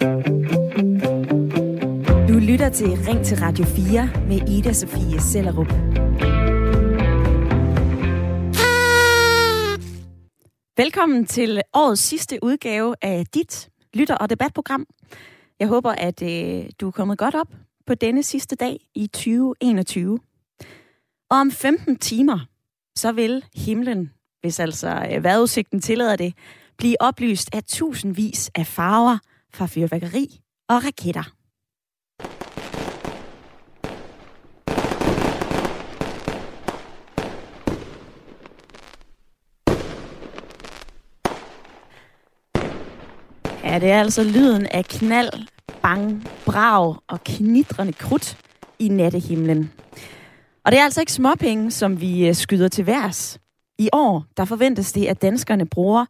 Du lytter til Ring til Radio 4 med Ida Sofie Sellerup. Velkommen til årets sidste udgave af dit lytter- og debatprogram. Jeg håber, at du er kommet godt op på denne sidste dag i 2021. Og om 15 timer, så vil himlen, hvis altså vejrudsigten tillader det, blive oplyst af tusindvis af farver fra fyrværkeri og raketter. Ja, det er altså lyden af knald, bang, brag og knitrende krudt i nattehimlen. Og det er altså ikke småpenge, som vi skyder til værs. I år, der forventes det, at danskerne bruger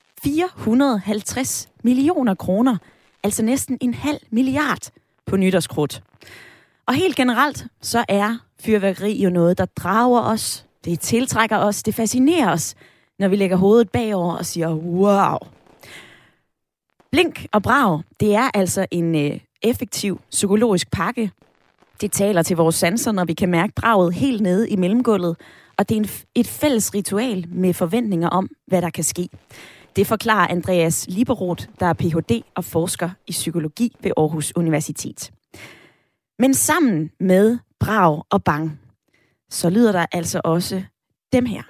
450 millioner kroner, altså næsten 0,5 milliard på nytårskrudt. Og helt generelt, så er fyrværkeri jo noget, der drager os, det tiltrækker os, det fascinerer os, når vi lægger hovedet bagover og siger, wow. Blink og brag, det er altså en effektiv psykologisk pakke. Det taler til vores sanser, når vi kan mærke braget helt nede i mellemgulvet, og det er et fælles ritual med forventninger om, hvad der kan ske. Det forklarer Andreas Liberoth, der er Ph.D. og forsker i psykologi ved Aarhus Universitet. Men sammen med brag og bang, så lyder der altså også dem her.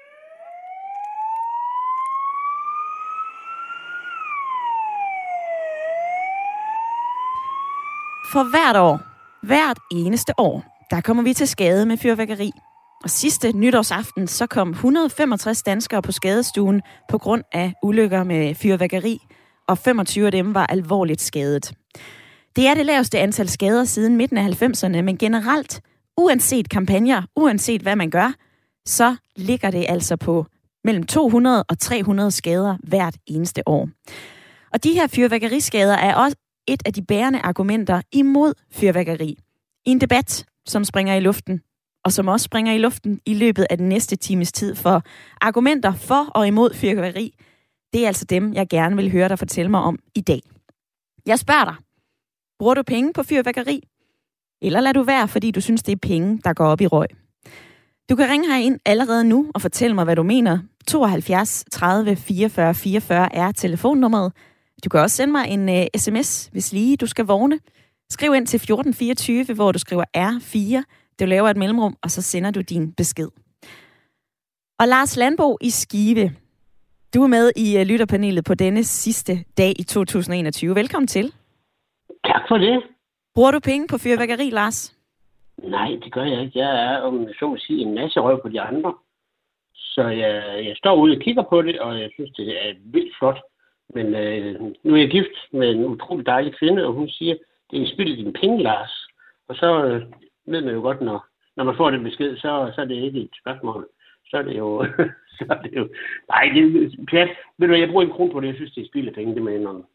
For hvert eneste år, der kommer vi til skade med fyrværkeri. Og sidste nytårsaften, så kom 165 danskere på skadestuen på grund af ulykker med fyrværkeri, og 25 af dem var alvorligt skadet. Det er det laveste antal skader siden midten af 90'erne, men generelt, uanset kampagner, uanset hvad man gør, så ligger det altså på mellem 200 og 300 skader hvert eneste år. Og de her fyrværkeriskader er også et af de bærende argumenter imod fyrværkeri. I en debat, som springer i luften, og som også springer i luften i løbet af den næste times tid, for argumenter for og imod fyrværkeri, det er altså dem, jeg gerne vil høre dig fortælle mig om i dag. Jeg spørger dig, bruger du penge på fyrværkeri? Eller lader du være, fordi du synes, det er penge, der går op i røg? Du kan ringe herind allerede nu og fortælle mig, hvad du mener. 72 30 44 44 er telefonnummeret. Du kan også sende mig en sms, hvis lige du skal vågne. Skriv ind til 1424, hvor du skriver R4. Du laver et mellemrum, og så sender du din besked. Og Lars Landbo i Skive, du er med i lytterpanelet på denne sidste dag i 2021. Velkommen til. Tak for det. Bruger du penge på fyrværkeri, Lars? Nej, det gør jeg ikke. Jeg er, om så må sige, en masse røv på de andre. Så jeg står ude og kigger på det, og jeg synes, det er vildt flot. Men nu er jeg gift med en utrolig dejlig kvinde, og hun siger, det er spild af dine penge, Lars. Og så ved man jo godt, når man får den besked, så er det ikke et spørgsmål. Så er det jo... Nej, det er pjat. Ved du, jeg bruger 1 krone på det. Jeg synes, det er spild af penge, det må jeg indrømme.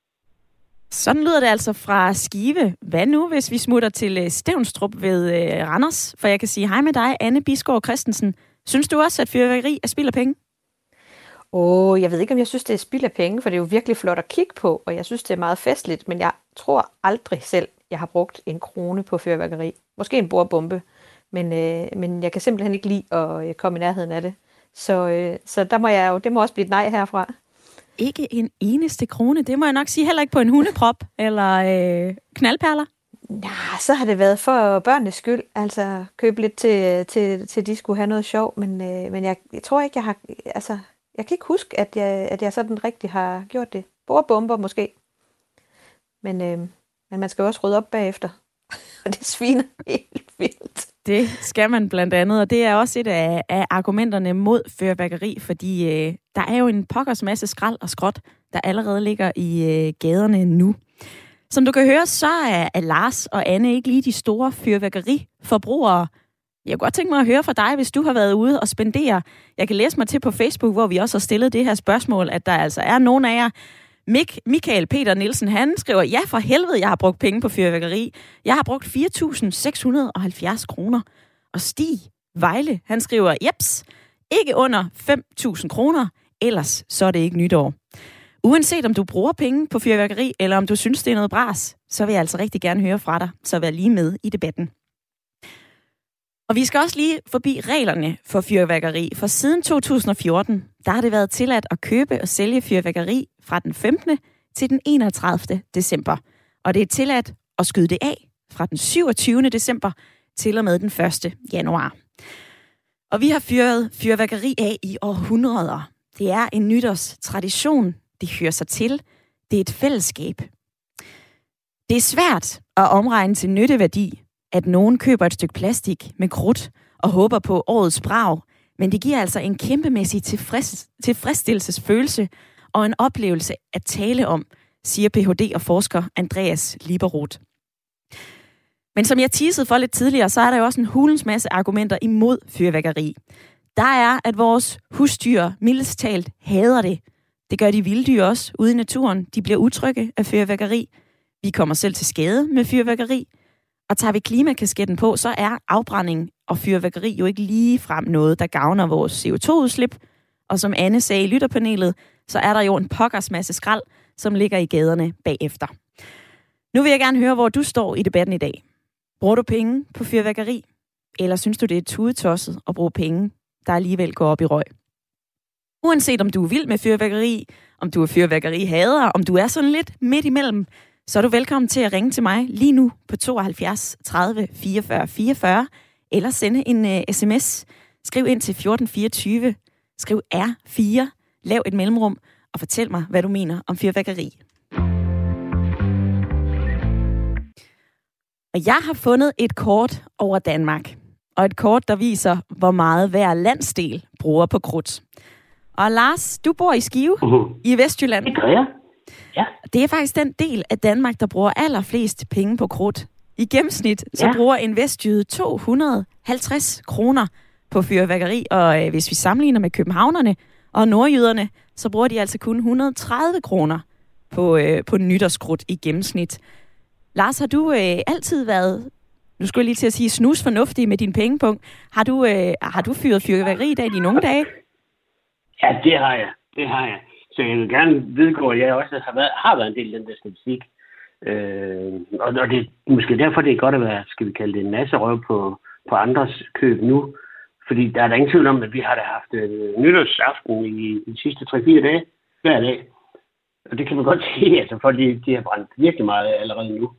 Sådan lyder det altså fra Skive. Hvad nu, hvis vi smutter til Stevnstrup ved Randers? For jeg kan sige hej med dig, Anne Bisgaard Christensen. Synes du også, at fyrværkeri er spild af penge? Jeg ved ikke, om jeg synes, det er spild af penge, for det er jo virkelig flot at kigge på, og jeg synes, det er meget festligt, men jeg tror aldrig selv, jeg har brugt 1 krone på fyrværkeri. Måske en bordbombe, men jeg kan simpelthen ikke lide at komme i nærheden af det. Så det må også blive et nej herfra. Ikke en eneste krone, det må jeg nok sige, heller ikke på en hundeprop eller knaldperler? Ja, så har det været for børnenes skyld, altså købe lidt til de skulle have noget sjov, men jeg tror ikke, jeg har, altså, jeg kan ikke huske, at jeg sådan rigtig har gjort det. Bordbomber måske, men man skal jo også rydde op bagefter, og det sviner helt vildt. Det skal man blandt andet, og det er også et af argumenterne mod fyrværkeri, fordi der er jo en pokkers masse skrald og skrot, der allerede ligger i gaderne nu. Som du kan høre, så er Lars og Anne ikke lige de store fyrværkeriforbrugere. Jeg kunne godt tænke mig at høre fra dig, hvis du har været ude og spendere. Jeg kan læse mig til på Facebook, hvor vi også har stillet det her spørgsmål, at der altså er nogen af jer. Michael Peter Nielsen, han skriver, ja for helvede, jeg har brugt penge på fyrværkeri. Jeg har brugt 4.670 kroner. Og Stig Vejle, han skriver, jeps, ikke under 5.000 kroner, ellers så er det ikke nytår. Uanset om du bruger penge på fyrværkeri, eller om du synes, det er noget bras, så vil jeg altså rigtig gerne høre fra dig, så vær lige med i debatten. Og vi skal også lige forbi reglerne for fyrværkeri, for siden 2014, der har det været tilladt at købe og sælge fyrværkeri fra den 15. til den 31. december. Og det er tilladt at skyde det af fra den 27. december til og med den 1. januar. Og vi har fyret fyrværkeri af i århundreder. Det er en nytårstradition. Det hører sig til. Det er et fællesskab. Det er svært at omregne til nytteværdi, at nogen køber et stykke plastik med krudt og håber på årets brag, men det giver altså en kæmpemæssig tilfredsstillelsesfølelse og en oplevelse at tale om, siger Ph.D. og forsker Andreas Lieberoth. Men som jeg teasede for lidt tidligere, så er der jo også en hulens masse argumenter imod fyrværkeri. Der er, at vores husdyr mildest talt hader det. Det gør de vilddyr også ude i naturen. De bliver utrygge af fyrværkeri. Vi kommer selv til skade med fyrværkeri. Og tager vi klimakasketten på, så er afbrænding og fyrværkeri jo ikke lige frem noget, der gavner vores CO2-udslip. Og som Anne sagde i lytterpanelet, så er der jo en pokkers masse skrald, som ligger i gaderne bagefter. Nu vil jeg gerne høre, hvor du står i debatten i dag. Bruger du penge på fyrværkeri? Eller synes du, det er tudetosset at bruge penge, der alligevel går op i røg? Uanset om du er vild med fyrværkeri, om du er fyrværkeri-hader, om du er sådan lidt midt imellem, så er du velkommen til at ringe til mig lige nu på 72 30 44 44, eller sende en sms. Skriv ind til 1424, skriv R4, lav et mellemrum, og fortæl mig, hvad du mener om fyrværkeri. Og jeg har fundet et kort over Danmark, og et kort, der viser, hvor meget hver landsdel bruger på krudt. Og Lars, du bor i Skive i Vestjylland. Det gør jeg. Ja. Det er faktisk den del af Danmark, der bruger allerflest penge på krudt. I gennemsnit så bruger en vestjyde 250 kroner på fyrværkeri, og hvis vi sammenligner med københavnerne og nordjyderne, så bruger de altså kun 130 kroner på nytårskrudt i gennemsnit. Lars, har du altid været, nu skulle jeg lige til at sige, snusfornuftig med din pengepunkt. Har du fyret fyrværkeri i dag i dine unge dage? Ja, det har jeg. Så jeg vil gerne vedgå, at jeg også har været en del af den der statistik. Og det er måske derfor, det er godt at være, skal vi kalde det, en nasserøv på andres køb nu. Fordi der er der ingen tvivl om, at vi har da haft nytårsaften i de sidste 3-4 dage, hver dag. Og det kan man godt se, altså folk de har brændt virkelig meget allerede nu.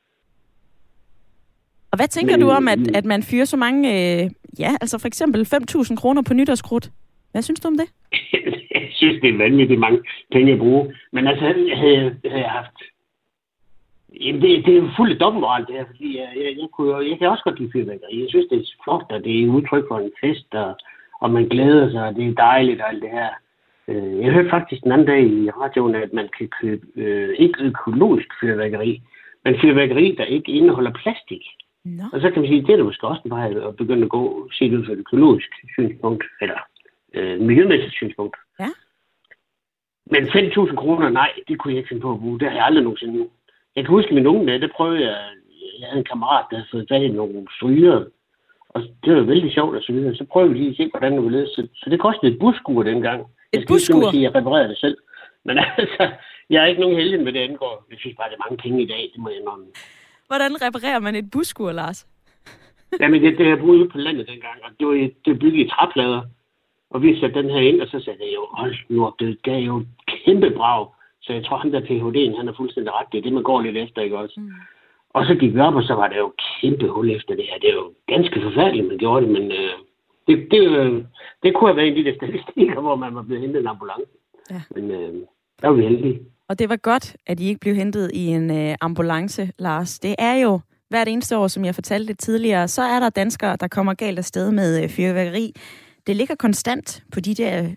Og hvad tænker du om, at man fyrer så mange, altså for eksempel 5.000 kroner på nytårskrudt? Hvad synes du om det? Jeg synes, det er vanvittigt mange penge at bruge. Men altså, havde jeg haft... Jamen, det er jo fuldt dobbeltmoral, det her, fordi jeg kan også godt lide fyrværkeri. Jeg synes, det er flot, og det er udtryk for en fest, og man glæder sig, og det er dejligt og alt det her. Jeg hørte faktisk den anden dag i radioen, at man kan købe ikke økologisk fyrværkeri, men fyrværkeri, der ikke indeholder plastik. No. Og så kan man sige, at det er måske også en vej at begynde at gå set ud fra et økologisk synspunkt, eller miljømæssigt synspunkt. Ja. Men 5.000 kroner, nej, det kunne jeg ikke finde på at bruge. Det har jeg aldrig nogensinde. Jeg kan huske, min unge dage, der prøvede jeg havde en kammerat, der havde fået fat i nogle stryger, og det var vældig sjovt og så videre. Så prøvede vi lige at se, hvordan det ville lede. Så det kostede et busskur dengang. Et busskur? Jeg reparerede det selv. Men altså, jeg er ikke nogen heldig med det angår. Jeg synes bare, det er mange penge i dag, det må jeg indrømme. Hvordan reparerer man et busskur, Lars? Jamen, det har jeg brugt ude på landet dengang, og det var bygget i træplader. Og vi satte den her ind, og så sagde jeg jo, hold nu op, det gav jo kæmpe brag. Så jeg tror, han der Ph.D.'en, han er fuldstændig ret. Det er det, man går lidt efter, ikke også? Mm. Og så gik vi op, og så var der jo kæmpe hul efter det her. Det er jo ganske forfærdeligt, man gjorde det, men det kunne have været en lille statistikker, hvor man var blevet hentet en ambulance. Ja. Men der var vi heldige. Og det var godt, at I ikke blev hentet i en ambulance, Lars. Det er jo hvert eneste år, som jeg fortalte lidt tidligere, så er der danskere, der kommer galt afsted med fyrværkeri. Det ligger konstant på de der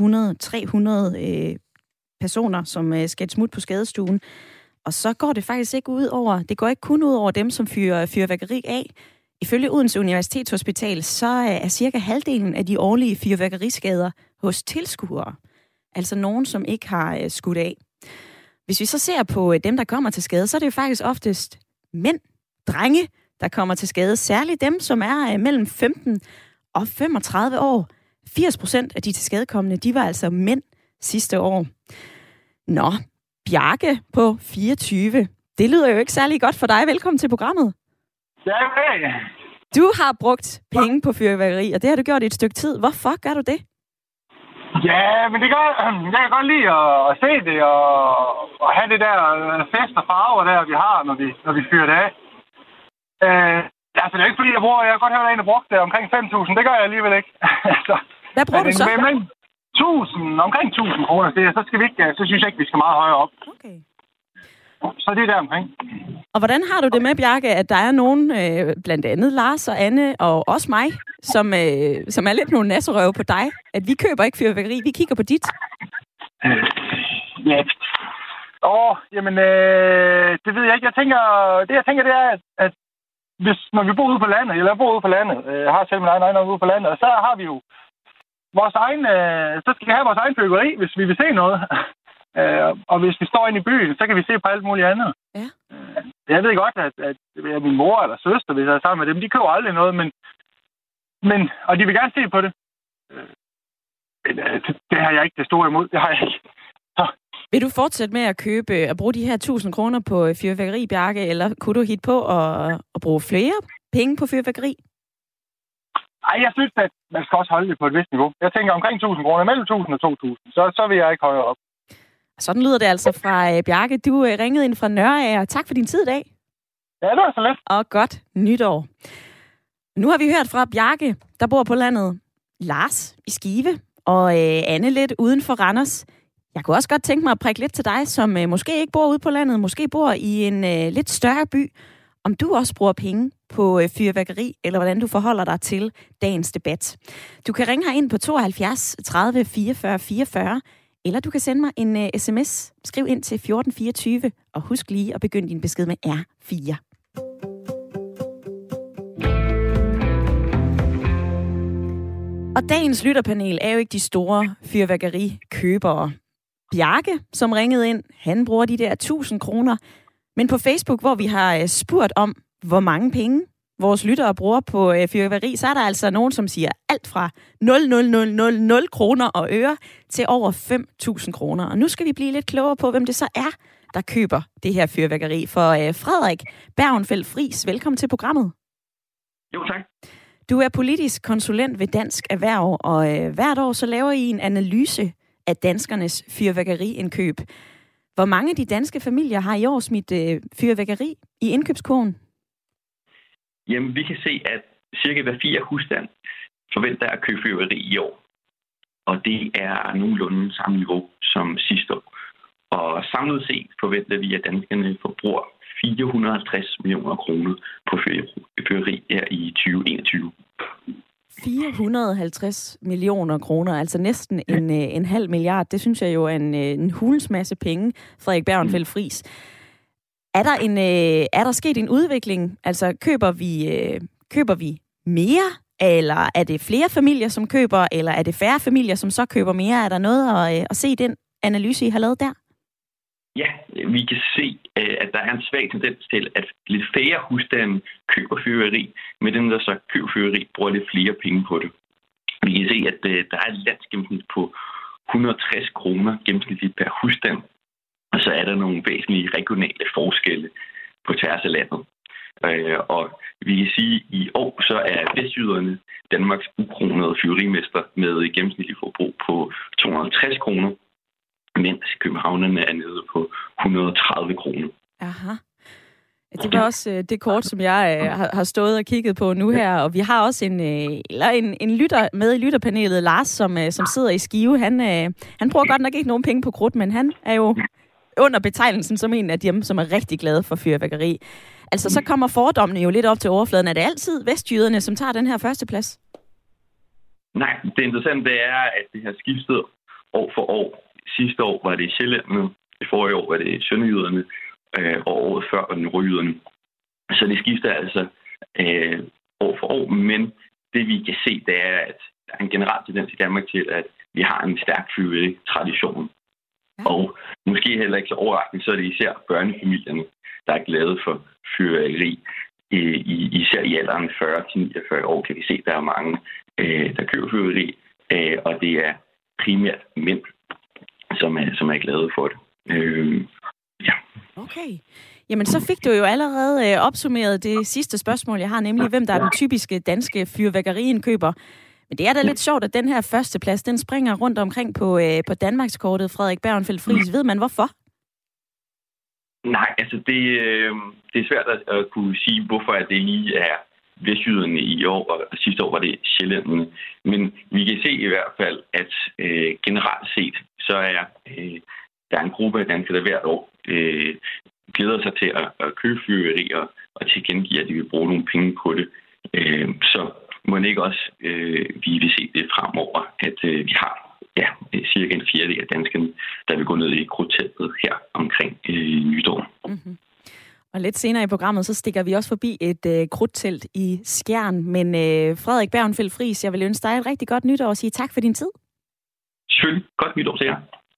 200-300 personer, som skal et smut på skadestuen. Og så går det faktisk ikke ud over, det går ikke kun ud over dem, som fyrer fyrværkeri af. Ifølge Odense Universitetshospital, så er cirka halvdelen af de årlige fyrværkeriskader hos tilskuere. Altså nogen, som ikke har skudt af. Hvis vi så ser på dem, der kommer til skade, så er det jo faktisk oftest mænd, drenge, der kommer til skade. Særligt dem, som er mellem 15 og 35 år. 80% af de tilskadekommende, de var altså mænd sidste år. Nå, Bjarke på 24. Det lyder jo ikke særlig godt for dig. Velkommen til programmet. Ja, hey. Du har brugt penge på fyrværkeri, og det har du gjort i et stykke tid. Hvorfor gør du det? Ja, men jeg kan godt lide at se det og have det der fest og farver der, vi har, når vi fyrer det af. Altså, det er ikke fordi, jeg har godt hørt, at en har brugt det omkring 5.000. Det gør jeg alligevel ikke. Altså, hvad bruger du så? Omkring 1.000 kroner. Så synes jeg ikke, vi skal meget højere op. Okay. Så det er der omkring. Og hvordan har du det med, Bjarke, at der er nogen, blandt andet Lars og Anne og også mig, som er lidt nogle nasserøve på dig, at vi køber ikke fyrværkeri, vi kigger på dit? Ja. Jamen, det ved jeg ikke. Jeg tænker, det er, at når vi bor ude på landet, eller jeg bor ude på landet, jeg har selv min egen ude på landet, og så har vi jo vores egen, så skal vi have vores egen fyrværkeri, hvis vi vil se noget. Og hvis vi står inde i byen, så kan vi se på alt muligt andet. Ja. Jeg ved godt, at min mor eller søster, hvis jeg er sammen med dem, de køber aldrig noget, men og de vil gerne se på det. Det har jeg ikke det store imod. Det har jeg ikke. Så. Vil du fortsætte med at bruge de her 1.000 kroner på fyrværkeri, Bjarke, eller kunne du hitte på at bruge flere penge på fyrværkeri? Nej, jeg synes, at man skal også holde det på et vist niveau. Jeg tænker omkring 1.000 kroner, mellem 1.000 og 2.000, så vil jeg ikke højere op. Sådan lyder det altså fra Bjarke. Du ringede ind fra Nørager. Tak for din tid i dag. Ja, det var så lidt. Og godt nytår. Nu har vi hørt fra Bjarke, der bor på landet, Lars i Skive og Anne lidt uden for Randers. Jeg kunne også godt tænke mig at prikke lidt til dig, som måske ikke bor ude på landet, måske bor i en lidt større by. Om du også bruger penge på fyrværkeri, eller hvordan du forholder dig til dagens debat. Du kan ringe herind på 72 30 44 44, eller du kan sende mig en sms. Skriv ind til 1424, og husk lige at begynde din besked med R4. Og dagens lytterpanel er jo ikke de store fyrværkerikøbere. Bjarke, som ringede ind, han bruger de der 1.000 kroner. Men på Facebook, hvor vi har spurgt om, hvor mange penge vores lyttere bruger på fyrværkeri, så er der altså nogen, som siger alt fra 0,0000 kroner og øre til over 5.000 kroner. Og nu skal vi blive lidt klogere på, hvem det så er, der køber det her fyrværkeri. For Frederik Bergenfeldt Friis, velkommen til programmet. Jo, tak. Du er politisk konsulent ved Dansk Erhverv, og hvert år så laver I en analyse af danskernes fyrværkeriindkøb. Hvor mange af de danske familier har i år smidt fyrværkeri i indkøbskurven? Jamen, vi kan se, at cirka hver 4 husstand forventer at købe fyrværkeri i år. Og det er nogenlunde samme niveau som sidste år. Og samlet set forventer vi, at danskerne forbruger 450 millioner kroner på fyrværkeri her i 2021. 450 millioner kroner, altså næsten en halv milliard. Det synes jeg jo er en hulens masse penge, Frederik Bergenfeldt Friis. Er der sket en udvikling? Altså køber vi mere, eller er det flere familier, som køber, eller er det færre familier, som så køber mere? Er der noget at se i den analyse, I har lavet der? Ja, vi kan se, at der er en svag tendens til, at lidt færre husstande køber fyrværkeri, men dem, der så køber fyrværkeri, bruger lidt flere penge på det. Vi kan se, at der er et landsgennemsnit på 160 kroner gennemsnitligt per husstand, og så er der nogle væsentlige regionale forskelle på tværs af landet. Og vi kan sige, at i år så er vestjyderne Danmarks ukronede fyrværkerimester med et gennemsnitligt forbrug på 250 kroner, mens københavnerne er nede på 130 kroner. Aha. Det var også det kort, som jeg har stået og kigget på nu her, og vi har også en lytter med i lytterpanelet, Lars, som sidder i Skive. Han bruger godt nok ikke nogen penge på krudt, men han er jo under betegnelsen som en af dem, som er rigtig glade for fyrværkeri. Altså, så kommer fordommene jo lidt op til overfladen. Er det altid vestjyderne, som tager den her førsteplads? Nej, det interessante er, at det har skiftet år for år. Sidste år var det sjællænderne, i forrige år var det sønderjyderne, og året før var det nordjyderne. Så det skifter altså år for år, men det vi kan se, det er, at der er en generel tendens i Danmark til, at vi har en stærk fyrværkeri-tradition. Ja. Og måske heller ikke så overraskende, så er det især børnefamilierne, der er glade for fyrværkeri. Især i alderen 40-49 år kan vi se, at der er mange, der køber fyrværkeri, og det er primært mænd, som er glade for det. Ja. Okay. Jamen, så fik du jo allerede opsummeret det sidste spørgsmål, jeg har, nemlig hvem der er den typiske danske fyrværkeriindkøber. Men det er da lidt sjovt, at den her førsteplads, den springer rundt omkring på Danmarkskortet, Frederik Bærenfeldt Friis. Ved man hvorfor? Nej, altså det er svært at kunne sige, hvorfor det lige er vestjyderne i år, og sidste år var det sjællænderne. Men vi kan se i hvert fald, at generelt set, så er der er en gruppe af danskere, der hvert år glæder sig til at købe fyrværkeri og tilkendegive, at de vil bruge nogle penge på det. Så må man ikke også vi vil se det fremover, at vi har cirka en fjerdedel af danskerne, der vil gå ned i krudtteltet her omkring nytår. Mm-hmm. Og lidt senere i programmet, så stikker vi også forbi et krudttelt i Skjern. Men Frederik Bærenfeldt Friis, jeg vil ønske dig et rigtig godt nytår og sige tak for din tid. Selvfølgelig. Godt nytår til jer.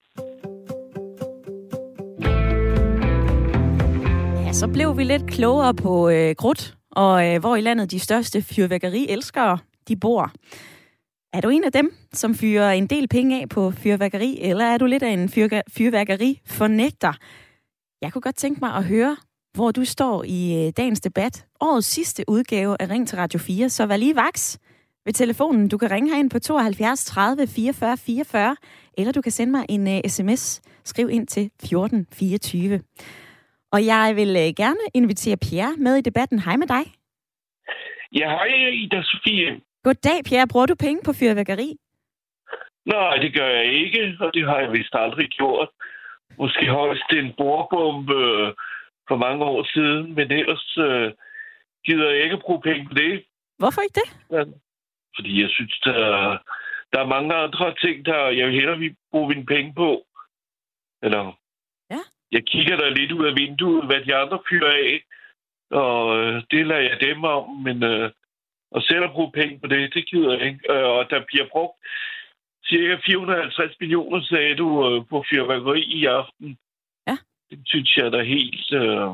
Ja, så blev vi lidt klogere på krudt, og hvor i landet de største fyrværkerielskere, de bor. Er du en af dem, som fyrer en del penge af på fyrværkeri, eller er du lidt af en fyrværkeri-fornægter? Jeg kunne godt tænke mig at høre, hvor du står i dagens debat. Årets sidste udgave af Ring til Radio 4, så vær lige vaks ved telefonen. Du kan ringe herind på 72 30 44 44, eller du kan sende mig en sms. Skriv ind til 1424. Og jeg vil gerne invitere Pierre med i debatten. Hej med dig. Ja, hej Ida Sofie. Goddag, Pierre. Bruger du penge på fyrværkeri? Nej, det gør jeg ikke, og det har jeg vist aldrig gjort. Måske højst en bordbombe for mange år siden, men ellers gider jeg ikke bruge penge på det. Hvorfor ikke det? Ja, fordi jeg synes, der er mange andre ting, der jeg vil hellere bruge mine penge på. Eller, jeg kigger der lidt ud af vinduet, hvad de andre fyrer af, og det lader jeg dem om, men og selv at bruge penge på det gider jeg ikke. Og der bliver brugt cirka 450 millioner, sagde du, på fyrværkeri i aften. Ja. Det synes jeg, der er helt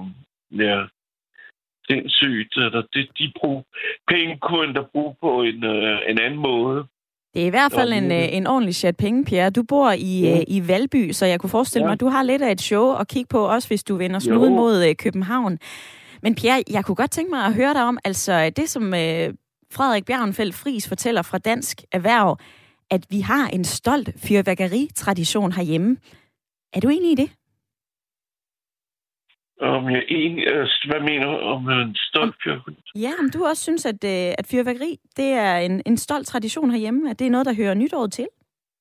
sindssygt. De bruger penge, kunne der bruge på en anden måde. Det er i hvert fald en ordentlig chat penge, Pierre. Du bor i Valby, så jeg kunne forestille mig, at du har lidt af et show at kigge på, også hvis du vender snuden mod København. Men Pierre, jeg kunne godt tænke mig at høre dig om, altså det som Frederik Bærenfeldt Friis fortæller fra Dansk Erhverv, at vi har en stolt fyrværkeri-tradition herhjemme. Er du enig i det? Hvad mener du om en stolt fyrværkeri? Ja, om du også synes, at fyrværkeri, det er en stolt tradition herhjemme, at det er noget, der hører nytåret til?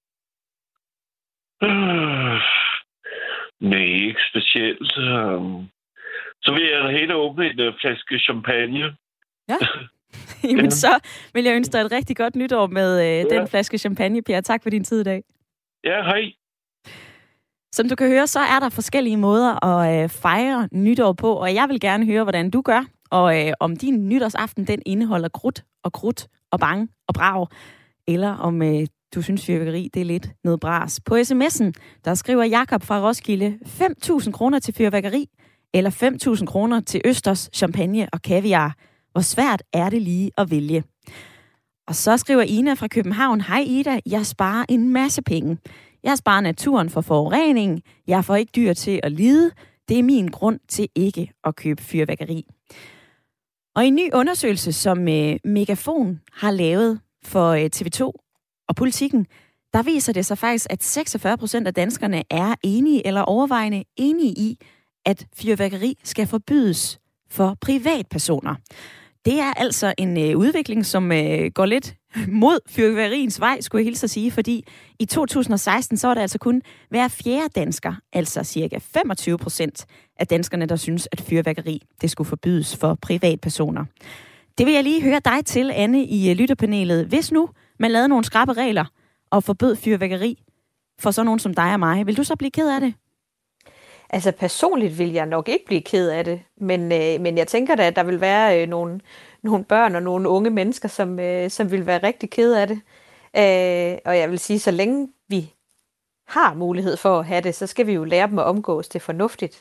Nej, ikke specielt. Så vil jeg da helt åbne en flaske champagne. Ja. Jamen så vil jeg ønske dig et rigtig godt nytår med den flaske champagne, Pierre. Tak for din tid i dag. Ja, hej. Som du kan høre, så er der forskellige måder at fejre nytår på, og jeg vil gerne høre, hvordan du gør, og om din nytårsaften, den indeholder krudt og bang og brag, eller om du synes fyrværkeri, det er lidt noget bras. På sms'en, der skriver Jakob fra Roskilde, 5.000 kroner til fyrværkeri, eller 5.000 kroner til østers, champagne og kaviar. Hvor svært er det lige at vælge? Og så skriver Ina fra København, hej Ida, jeg sparer en masse penge. Jeg sparer naturen for forurening. Jeg får ikke dyr til at lide. Det er min grund til ikke at købe fyrværkeri. Og i en ny undersøgelse, som Megafon har lavet for TV2 og Politikken, der viser det sig faktisk, at 46% af danskerne er enige eller overvejende enige i, at fyrværkeri skal forbydes for privatpersoner. Det er altså en udvikling, som går lidt mod fyrværkeriens vej, skulle jeg hilse at sige, fordi i 2016, så var der altså kun hver fjerde dansker, altså cirka 25% af danskerne, der synes, at fyrværkeri, det skulle forbydes for privatpersoner. Det vil jeg lige høre dig til, Anne, i lytterpanelet. Hvis nu man lavede nogle skrappe regler og forbød fyrværkeri for sådan nogen som dig og mig, vil du så blive ked af det? Altså personligt vil jeg nok ikke blive ked af det, men jeg tænker da, at der vil være nogle børn og nogle unge mennesker, som vil være rigtig ked af det. Og jeg vil sige, så længe vi har mulighed for at have det, så skal vi jo lære dem at omgås det fornuftigt.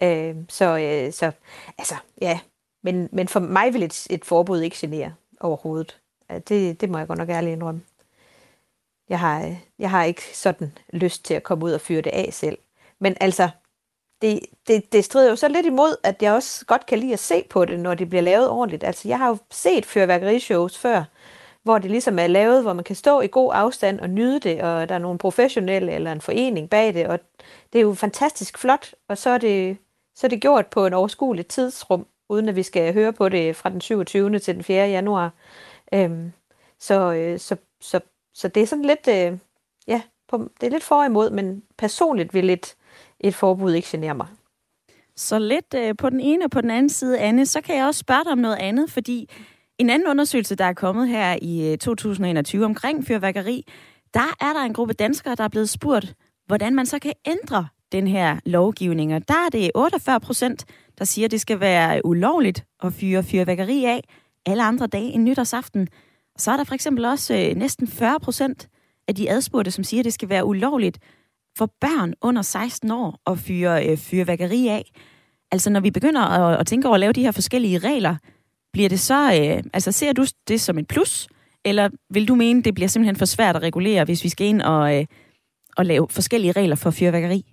Men for mig vil et forbud ikke genere overhovedet. Det må jeg godt nok ærligt indrømme. Jeg har ikke sådan lyst til at komme ud og fyre det af selv. Men altså, det strider jo så lidt imod, at jeg også godt kan lide at se på det, når det bliver lavet ordentligt. Altså, jeg har jo set fyrværkerishows før, hvor det ligesom er lavet, hvor man kan stå i god afstand og nyde det, og der er nogle professionelle eller en forening bag det, og det er jo fantastisk flot, og så er det gjort på en overskuelig tidsrum, uden at vi skal høre på det fra den 27. til den 4. januar. Så det er sådan lidt, det er lidt for imod, men personligt vil et forbud ikke genere mig. Så lidt på den ene og på den anden side, Anne, så kan jeg også spørge dig om noget andet, fordi en anden undersøgelse, der er kommet her i 2021 omkring fyrværkeri, der er der en gruppe danskere, der er blevet spurgt, hvordan man så kan ændre den her lovgivning. Og der er det 48%, der siger, at det skal være ulovligt at fyre fyrværkeri af alle andre dage end nytårsaften. Så er der for eksempel også næsten 40% af de adspurgte, som siger, at det skal være ulovligt for børn under 16 år at fyre fyrværkeri af. Altså når vi begynder at tænke over at lave de her forskellige regler, bliver det så, ser du det som et plus, eller vil du mene, det bliver simpelthen for svært at regulere, hvis vi skal ind og lave forskellige regler for fyrværkeri?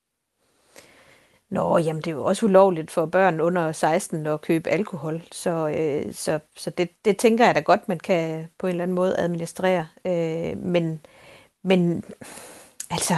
Jamen det er jo også ulovligt for børn under 16 at købe alkohol, så det tænker jeg da godt, man kan på en eller anden måde administrere. Men altså,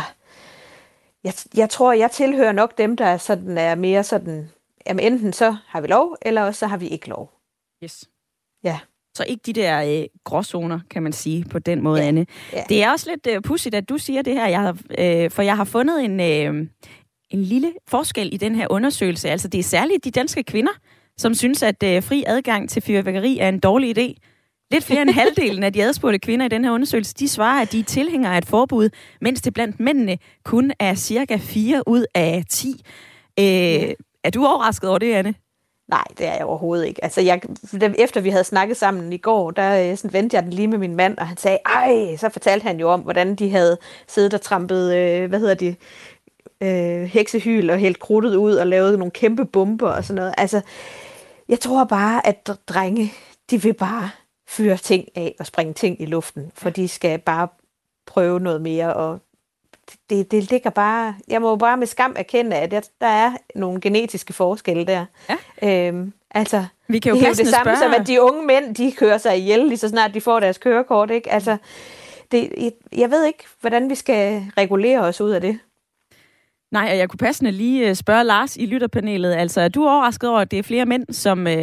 jeg tror, jeg tilhører nok dem, der er mere sådan, jamen enten så har vi lov, eller også så har vi ikke lov. Yes. Ja. Så ikke de der gråzoner, kan man sige på den måde, Anne. Ja. Det er også lidt pudsigt, at du siger det her, for jeg har fundet en lille forskel i den her undersøgelse. Altså det er særligt de danske kvinder, som synes, at fri adgang til fyrværkeri er en dårlig idé. Lidt flere end halvdelen af de adspurgte kvinder i den her undersøgelse, de svarer, at de er tilhængere af et forbud, mens det blandt mændene kun er cirka 4 ud af 10. Er du overrasket over det, Anne? Nej, det er jeg overhovedet ikke. Altså, efter vi havde snakket sammen i går, der vendte jeg den lige med min mand, og han sagde, så fortalte han jo om, hvordan de havde siddet og trampet, heksehyl og hældt krudtet ud og lavet nogle kæmpe bomber og sådan noget. Altså, jeg tror bare, at drenge, de vil bare fyre ting af og springe ting i luften, for de skal bare prøve noget mere, og det ligger bare... Jeg må bare med skam erkende, at der er nogle genetiske forskelle der. Ja. Vi kan jo det er jo det samme som, at de unge mænd, de kører sig ihjel, lige så snart de får deres kørekort, ikke? Altså, jeg ved ikke, hvordan vi skal regulere os ud af det. Nej, og jeg kunne passende lige spørge Lars i lytterpanelet. Altså, er du overrasket over, at det er flere mænd,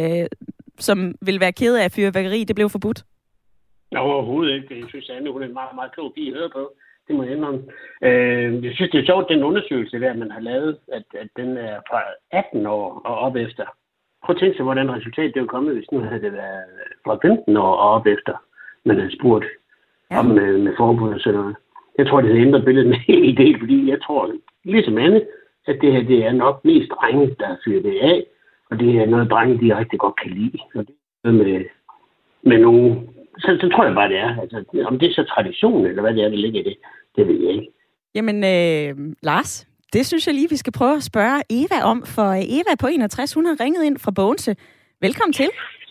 som vil være kede af, at fyrværkeri, det blev forbudt? Overhovedet ikke. Jeg synes, Anne, hun er en meget, meget klog pige at høre på. Det må jeg indrømme. Jeg synes, det er sjovt, den undersøgelse der, man har lavet, at den er fra 18 år og op efter. Prøv at tænke sig, hvordan resultatet det var kommet, hvis nu havde det været fra 15 år og op efter, man havde spurgt om med forbud og sådan noget. Jeg tror, det havde ændret billedet en hel del, fordi jeg tror, ligesom Anne, at det her det er nok mest drenge, der fyrer det af, og det er noget, drenge de rigtig godt kan lide. Og det er med nogle... Så tror jeg bare, det er. Altså, om det er så tradition, eller hvad det er, der ligger i det ved jeg ikke. Jamen, Lars, det synes jeg lige, vi skal prøve at spørge Eva om, for Eva på 61, hun har ringet ind fra Bogense. Velkommen til.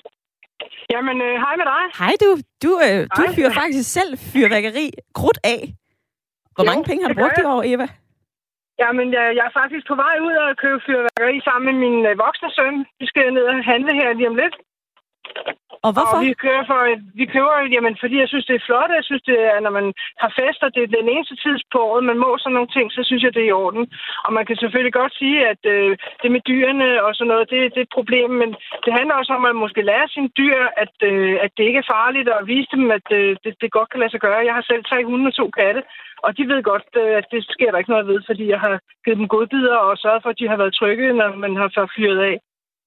Jamen, hej med dig. Hej du. Du fyrer faktisk selv fyrværkeri krudt af. Hvor mange penge har du brugt i år, Eva? Jamen, jeg er faktisk på vej ud og købe fyrværkeri sammen med min voksne søn. Vi skal ned og handle her lige om lidt. Og hvorfor? Og vi køber, jamen, fordi jeg synes, det er flot. Jeg synes, det er, når man har fester, det er den eneste tid på året, man må sådan nogle ting, så synes jeg, det er i orden. Og man kan selvfølgelig godt sige, at det med dyrene og sådan noget, det er et problem, men det handler også om, at man måske lærer sine dyr, at det ikke er farligt, og vise dem, at det godt kan lade sig gøre. Jeg har selv 3 hunde og 2 katte, og de ved godt, at det sker der ikke noget ved, fordi jeg har givet dem godbidder og sørget for, at de har været trygge, når man har fyret af.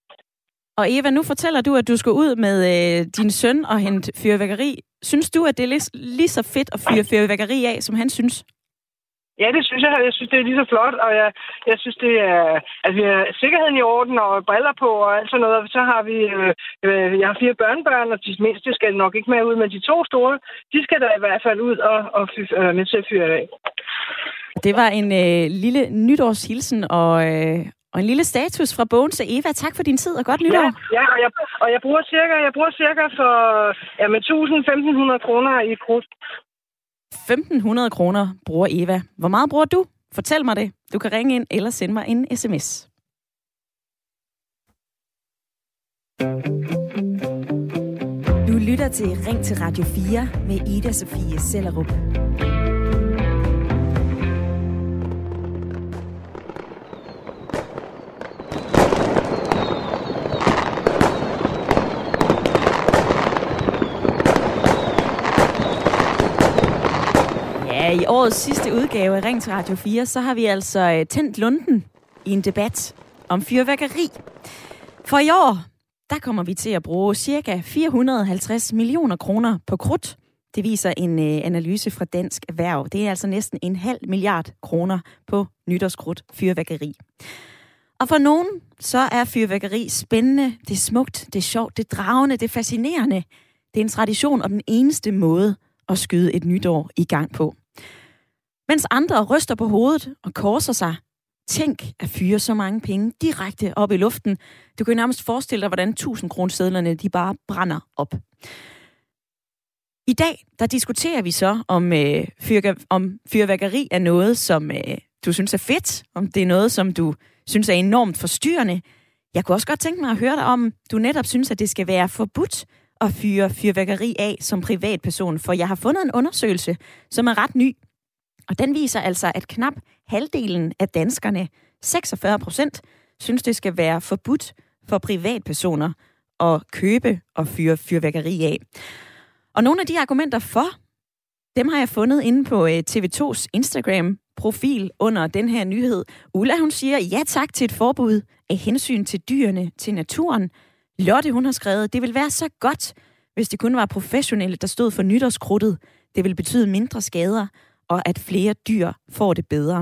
Og Eva, nu fortæller du, at du skal ud med din søn og hente fyrværkeri. Synes du, at det er lige så fedt at fyre fyrværkeri af, som han synes? Ja, det synes jeg. Jeg synes, det er lige så flot, og jeg synes, det er, at vi har sikkerheden i orden og briller på og alt sådan noget. Så har vi, jeg har 4 børnebørn, og de mindste skal nok ikke med ud, men de 2 store, de skal da i hvert fald ud og med til at fyre af. Det var en lille nytårshilsen og en lille status fra Bogense. Eva, tak for din tid og godt nytår. Ja, og jeg bruger cirka for 1.000-1.500 kroner i krudt. 1.500 kroner bruger Eva. Hvor meget bruger du? Fortæl mig det. Du kan ringe ind eller sende mig en sms. Du lytter til Ring til Radio 4 med Ida Sofie Sellerup. I årets sidste udgave af Ring til Radio 4, så har vi altså tændt lunden i en debat om fyrværkeri. For i år, der kommer vi til at bruge ca. 450 millioner kroner på krudt. Det viser en analyse fra Dansk Erhverv. Det er altså næsten 0,5 milliard kroner på nytårskrudt fyrværkeri. Og for nogen, så er fyrværkeri spændende, det er smukt, det er sjovt, det er dragende, det er fascinerende. Det er en tradition og den eneste måde at skyde et nytår i gang på. Mens andre ryster på hovedet og korser sig. Tænk at fyre så mange penge direkte op i luften. Du kan nærmest forestille dig, hvordan 1000-kronesedlerne de bare brænder op. I dag, der diskuterer vi så, om fyrværkeri er noget, som du synes er fedt, om det er noget, som du synes er enormt forstyrrende. Jeg kunne også godt tænke mig at høre dig om, du netop synes, at det skal være forbudt at fyre fyrværkeri af som privatperson, for jeg har fundet en undersøgelse, som er ret ny. Og den viser altså, at knap halvdelen af danskerne, 46%, synes, det skal være forbudt for privatpersoner at købe og fyre fyrværkeri af. Og nogle af de argumenter for, dem har jeg fundet inde på TV2's Instagram-profil under den her nyhed. Ulla, hun siger ja tak til et forbud af hensyn til dyrene, til naturen. Lotte, hun har skrevet, det vil være så godt, hvis det kun var professionelle, der stod for nytårskrudtet. Det vil betyde mindre skader, og at flere dyr får det bedre.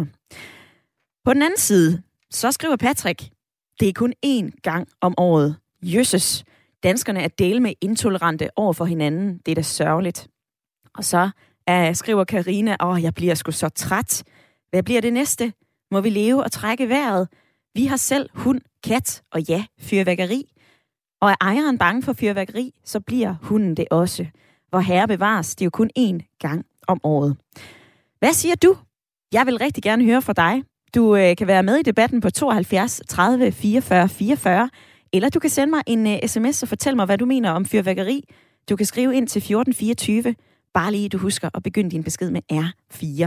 På den anden side, så skriver Patrick, det er kun én gang om året. Jøsses, danskerne er dele med intolerante over for hinanden. Det er da sørgeligt. Og så skriver Karina, jeg bliver sgu så træt. Hvad bliver det næste? Må vi leve og trække vejret? Vi har selv hund, kat og ja, fyrværkeri. Og er ejeren bange for fyrværkeri, så bliver hunden det også. Hvor herre bevares, det er jo kun én gang om året. Hvad siger du? Jeg vil rigtig gerne høre fra dig. Du kan være med i debatten på 72 30 44 44, eller du kan sende mig en sms og fortælle mig, hvad du mener om fyrværkeri. Du kan skrive ind til 1424. Bare lige, du husker at begynde din besked med R4.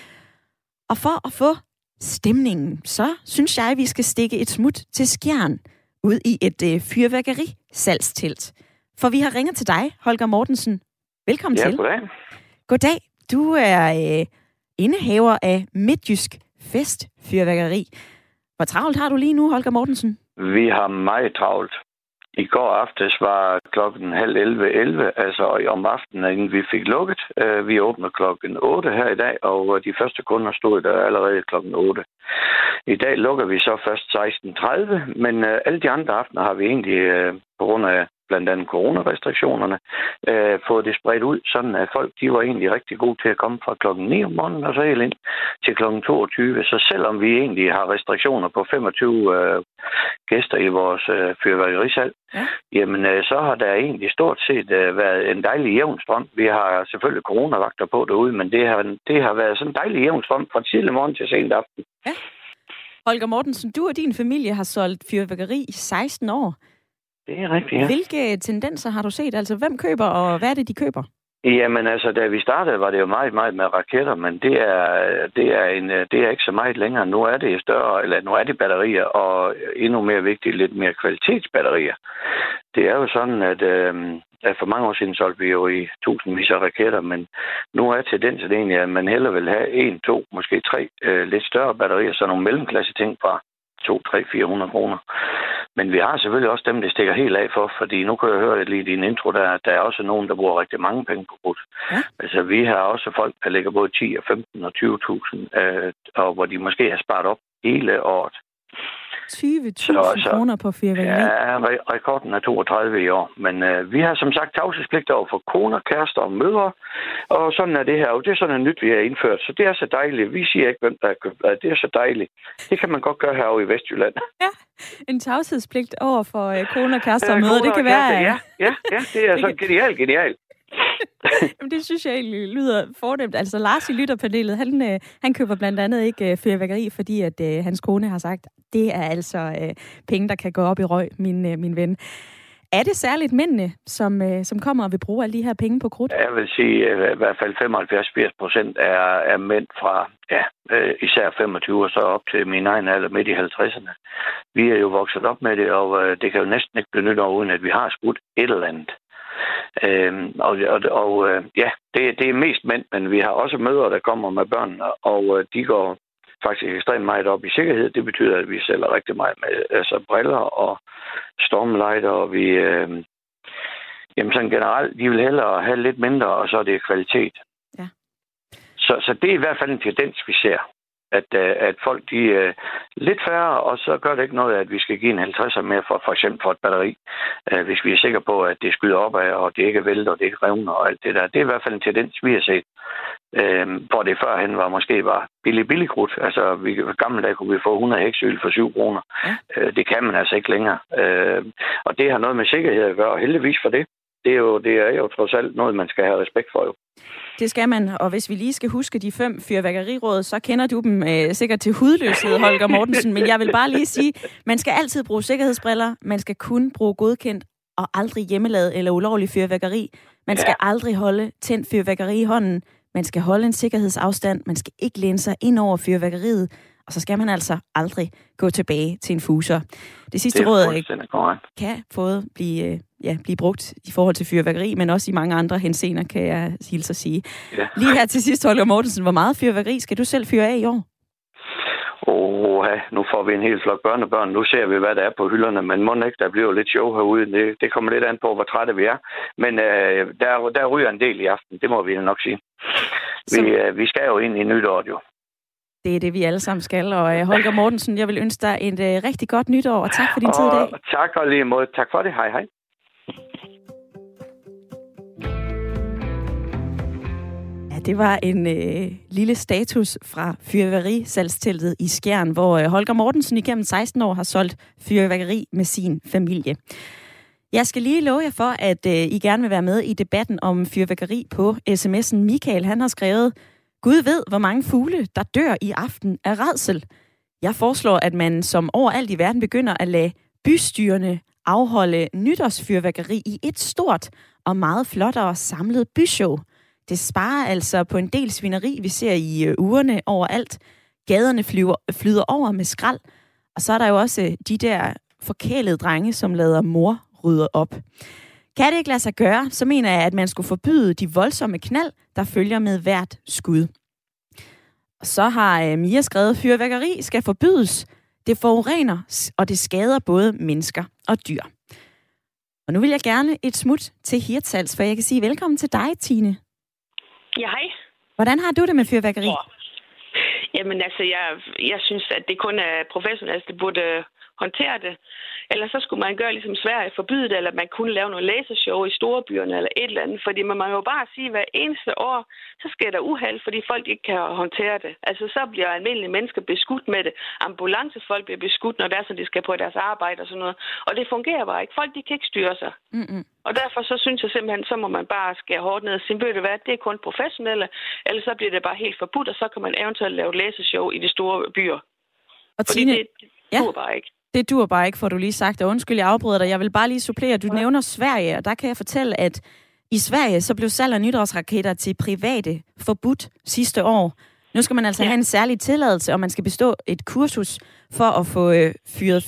Og for at få stemningen, så synes jeg, at vi skal stikke et smut til Skjern ud i et fyrværkerisalgstelt. For vi har ringet til dig, Holger Mortensen. Velkommen til. Ja, goddag. Goddag. Du er indehaver af Midtjysk Festfyrværkeri. Hvor travlt har du lige nu, Holger Mortensen? Vi har meget travlt. I går aftes var klokken 10:30, altså om aftenen, inden vi fik lukket. Vi åbner klokken 8 her i dag, og de første kunder stod der allerede klokken 8. I dag lukker vi så først 16:30, men alle de andre aftener har vi egentlig på grund af blandt andet coronarestriktionerne, fået det spredt ud, sådan at folk, de var egentlig rigtig gode til at komme fra klokken 9 om morgenen og så helt ind til klokken 22. Så selvom vi egentlig har restriktioner på 25 gæster i vores fyrværkerisalg, jamen så har der egentlig stort set været en dejlig jævn strøm. Vi har selvfølgelig coronavagter på derude, men det har været sådan en dejlig jævn strøm fra tidlig morgen til sent aften. Ja. Holger Mortensen, du og din familie har solgt fyrværkeri i 16 år. Det er rigtigt, ja. Hvilke tendenser har du set? Altså, hvem køber, og hvad er det, de køber? Jamen, altså, da vi startede, var det jo meget, meget med raketter, men det er ikke så meget længere. Nu er det større, eller nu er det batterier, og endnu mere vigtigt, lidt mere kvalitetsbatterier. Det er jo sådan, at for mange år siden solgte vi jo i tusindvis af raketter, men nu er tendensen egentlig, at man hellere vil have 1, 2, måske 3 lidt større batterier, så nogle mellemklasse ting fra 200, 300, 400 kroner. Men vi har selvfølgelig også dem, der stikker helt af for, fordi nu kan jeg høre lige i din intro, der er også nogen, der bruger rigtig mange penge på krudt. Ja. Altså vi har også folk, der lægger både 10 og 15 og 20.000, og hvor de måske har sparet op hele året. 20.000 kroner på fyrværkeri? Ja, rekorden er 32 i år. Men vi har som sagt tavshedspligt over for koner, kærester og mødre. Og sådan er det her. Og det er sådan noget nyt, vi har indført. Så det er så dejligt. Vi siger ikke, hvem der er købt. Det er så dejligt. Det kan man godt gøre herovre i Vestjylland. Ja, en tavshedspligt over for koner, kærester og mødre. Det kan være... Ja, det er så genialt. Jamen, det synes jeg egentlig lyder fornemt. Altså, Lars i lytterpanelet, han køber blandt andet ikke fyrværkeri, fordi at hans kone har sagt, det er altså penge, der kan gå op i røg, min ven. Er det særligt mændene, som kommer og vil bruge alle de her penge på krudt? Jeg vil sige, i hvert fald 75-80% er mænd fra, især 25 og så op til min egen alder midt i 50'erne. Vi er jo vokset op med det, og det kan jo næsten ikke blive nytår, uden at vi har skudt et eller andet. Det er mest mænd, men vi har også mødre, der kommer med børn, og de går faktisk ekstremt meget op i sikkerhed. Det betyder, at vi sælger rigtig meget med briller og stormlighter, og vi sådan generelt, de vil hellere have lidt mindre, og så er det kvalitet. Ja. Så det er i hvert fald en tendens, vi ser. At folk, de er lidt færre, og så gør det ikke noget, at vi skal give en 50'er mere for eksempel for et batteri, hvis vi er sikre på, at det skyder opad, og det ikke vælter, og det ikke revner og alt det der. Det er i hvert fald en tendens, vi har set. Hvor det førhen var billig krudt. Altså, gamle dage kunne vi få 100 heksyl for 7 kroner. Ja. Det kan man altså ikke længere. Og det har noget med sikkerhed at gøre, og heldigvis for det. Det er jo trods alt noget, man skal have respekt for jo. Det skal man, og hvis vi lige skal huske de 5 fyrværkeriråd, så kender du dem sikkert til hudløshed, Holger Mortensen. Men jeg vil bare lige sige, man skal altid bruge sikkerhedsbriller, man skal kun bruge godkendt og aldrig hjemmelavet eller ulovlig fyrværkeri. Man skal aldrig holde tændt fyrværkeri i hånden. Man skal holde en sikkerhedsafstand. Man skal ikke læne sig ind over fyrværkeriet. Og så skal man altså aldrig gå tilbage til en fuser. Det sidste råd kan både blive brugt i forhold til fyrværkeri, men også i mange andre henseender, kan jeg hilse at sige. Ja. Lige her til sidst, Holger Mortensen, hvor meget fyrværkeri skal du selv fyre af i år? Nu får vi en hel flok børnebørn. Nu ser vi, hvad der er på hylderne, men må ikke, der bliver lidt show herude. Det kommer lidt an på, hvor trætte vi er. Men der ryger en del i aften, det må vi nok sige. Vi skal jo ind i nytåret jo. Det er det, vi alle sammen skal. Og Holger Mortensen, jeg vil ønske dig et rigtig godt nytår, og tak for din tid i dag. Tak og lige måde. Tak for det. Hej hej. Det var en lille status fra fyrværkerisalgsteltet i Skjern, hvor Holger Mortensen igennem 16 år har solgt fyrværkeri med sin familie. Jeg skal lige love jer for, at I gerne vil være med i debatten om fyrværkeri på sms'en. Michael, han har skrevet: Gud ved, hvor mange fugle, der dør i aften af rædsel. Jeg foreslår, at man som overalt i verden begynder at lade bystyrene afholde nytårsfyrværkeri i et stort og meget flottere samlet byshow. Det sparer altså på en del svineri, vi ser i ugerne overalt. Gaderne flyder over med skrald. Og så er der jo også de der forkælede drenge, som lader mor rydde op. Kan det ikke lade sig gøre, så mener jeg, at man skulle forbyde de voldsomme knald, der følger med hvert skud. Og så har Mia skrevet, fyrværkeri skal forbydes. Det forurener, og det skader både mennesker og dyr. Og nu vil jeg gerne et smut til Hirtshals, for jeg kan sige velkommen til dig, Tine. Ja, hej. Hvordan har du det med fyrværkeri? Jamen altså, jeg synes, at det kun er professionelt, der burde håndtere det. Eller så skulle man gøre ligesom Sverige, forbyde det, eller man kunne lave nogle lasershow i storebyerne, eller et eller andet. Fordi man må jo bare sige, at hver eneste år, så sker der uheld, fordi folk ikke kan håndtere det. Altså, så bliver almindelige mennesker beskudt med det. Ambulancefolk bliver beskudt, når det er sådan, de skal på deres arbejde og sådan noget. Og det fungerer bare ikke. Folk, de kan ikke styre sig. Mm-mm. Og derfor så synes jeg simpelthen, så må man bare skære hårdt ned og sige, ved du hvad, det er kun professionelle, eller så bliver det bare helt forbudt, og så kan man eventuelt lave lasershow i de store byer. Og fordi Tine, det duer bare ikke. Det duer bare ikke, får du lige sagt. Og undskyld, jeg afbryder dig. Jeg vil bare lige supplere. Du nævner Sverige, og der kan jeg fortælle, at i Sverige så blev salg af nytårsraketter til private forbudt sidste år. Nu skal man altså have en særlig tilladelse, og man skal bestå et kursus for at få fyret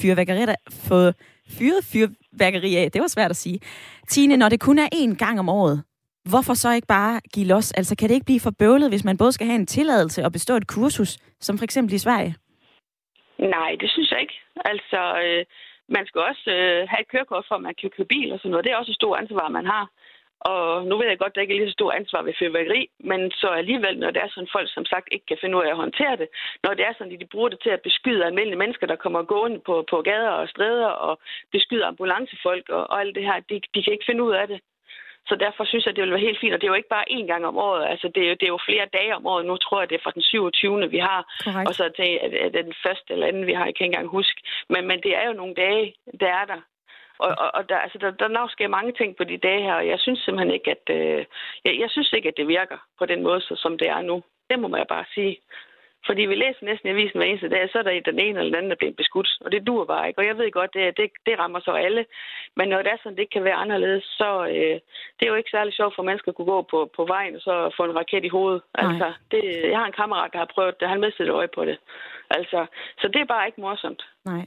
fyrværkeri af. Det var svært at sige. Tine, når det kun er én gang om året, hvorfor så ikke bare give los? Altså, kan det ikke blive for bøvlet, hvis man både skal have en tilladelse og bestå et kursus, som for eksempel i Sverige? Nej, det synes jeg ikke. Altså, man skal også have et kørekort for, at man kan køre bil og sådan noget. Det er også et stort ansvar, man har. Og nu ved jeg godt, at der ikke er lige så stort ansvar ved fyrværkeri, men så alligevel, når det er sådan folk, som sagt, ikke kan finde ud af at håndtere det, når det er sådan, at de bruger det til at beskyde almindelige mennesker, der kommer gående på gader og stræder, og beskyde ambulancefolk og alt det her, de kan ikke finde ud af det. Så derfor synes jeg, det vil være helt fint, og det er jo ikke bare én gang om året. Altså, det er jo flere dage om året. Nu tror jeg, det er fra den 27. vi har, correct. Og så er det den første eller anden, vi har. Jeg kan ikke engang huske. Men det er jo nogle dage, der er der. Og der nok sker mange ting på de dage her, og jeg synes simpelthen ikke, at jeg synes ikke, at det virker på den måde, som det er nu. Det må man bare sige. Fordi vi læser næsten i avisen hver eneste dag, så er der den ene eller den anden, der bliver beskudt. Og det duer bare ikke. Og jeg ved godt, det rammer så alle. Men når det er sådan, det ikke kan være anderledes, så det er jo ikke særlig sjovt for mennesker at kunne gå på vejen og så få en raket i hovedet. Altså, jeg har en kammerat, der har prøvet det. Han mistede et øje på det. Altså, så det er bare ikke morsomt. Nej.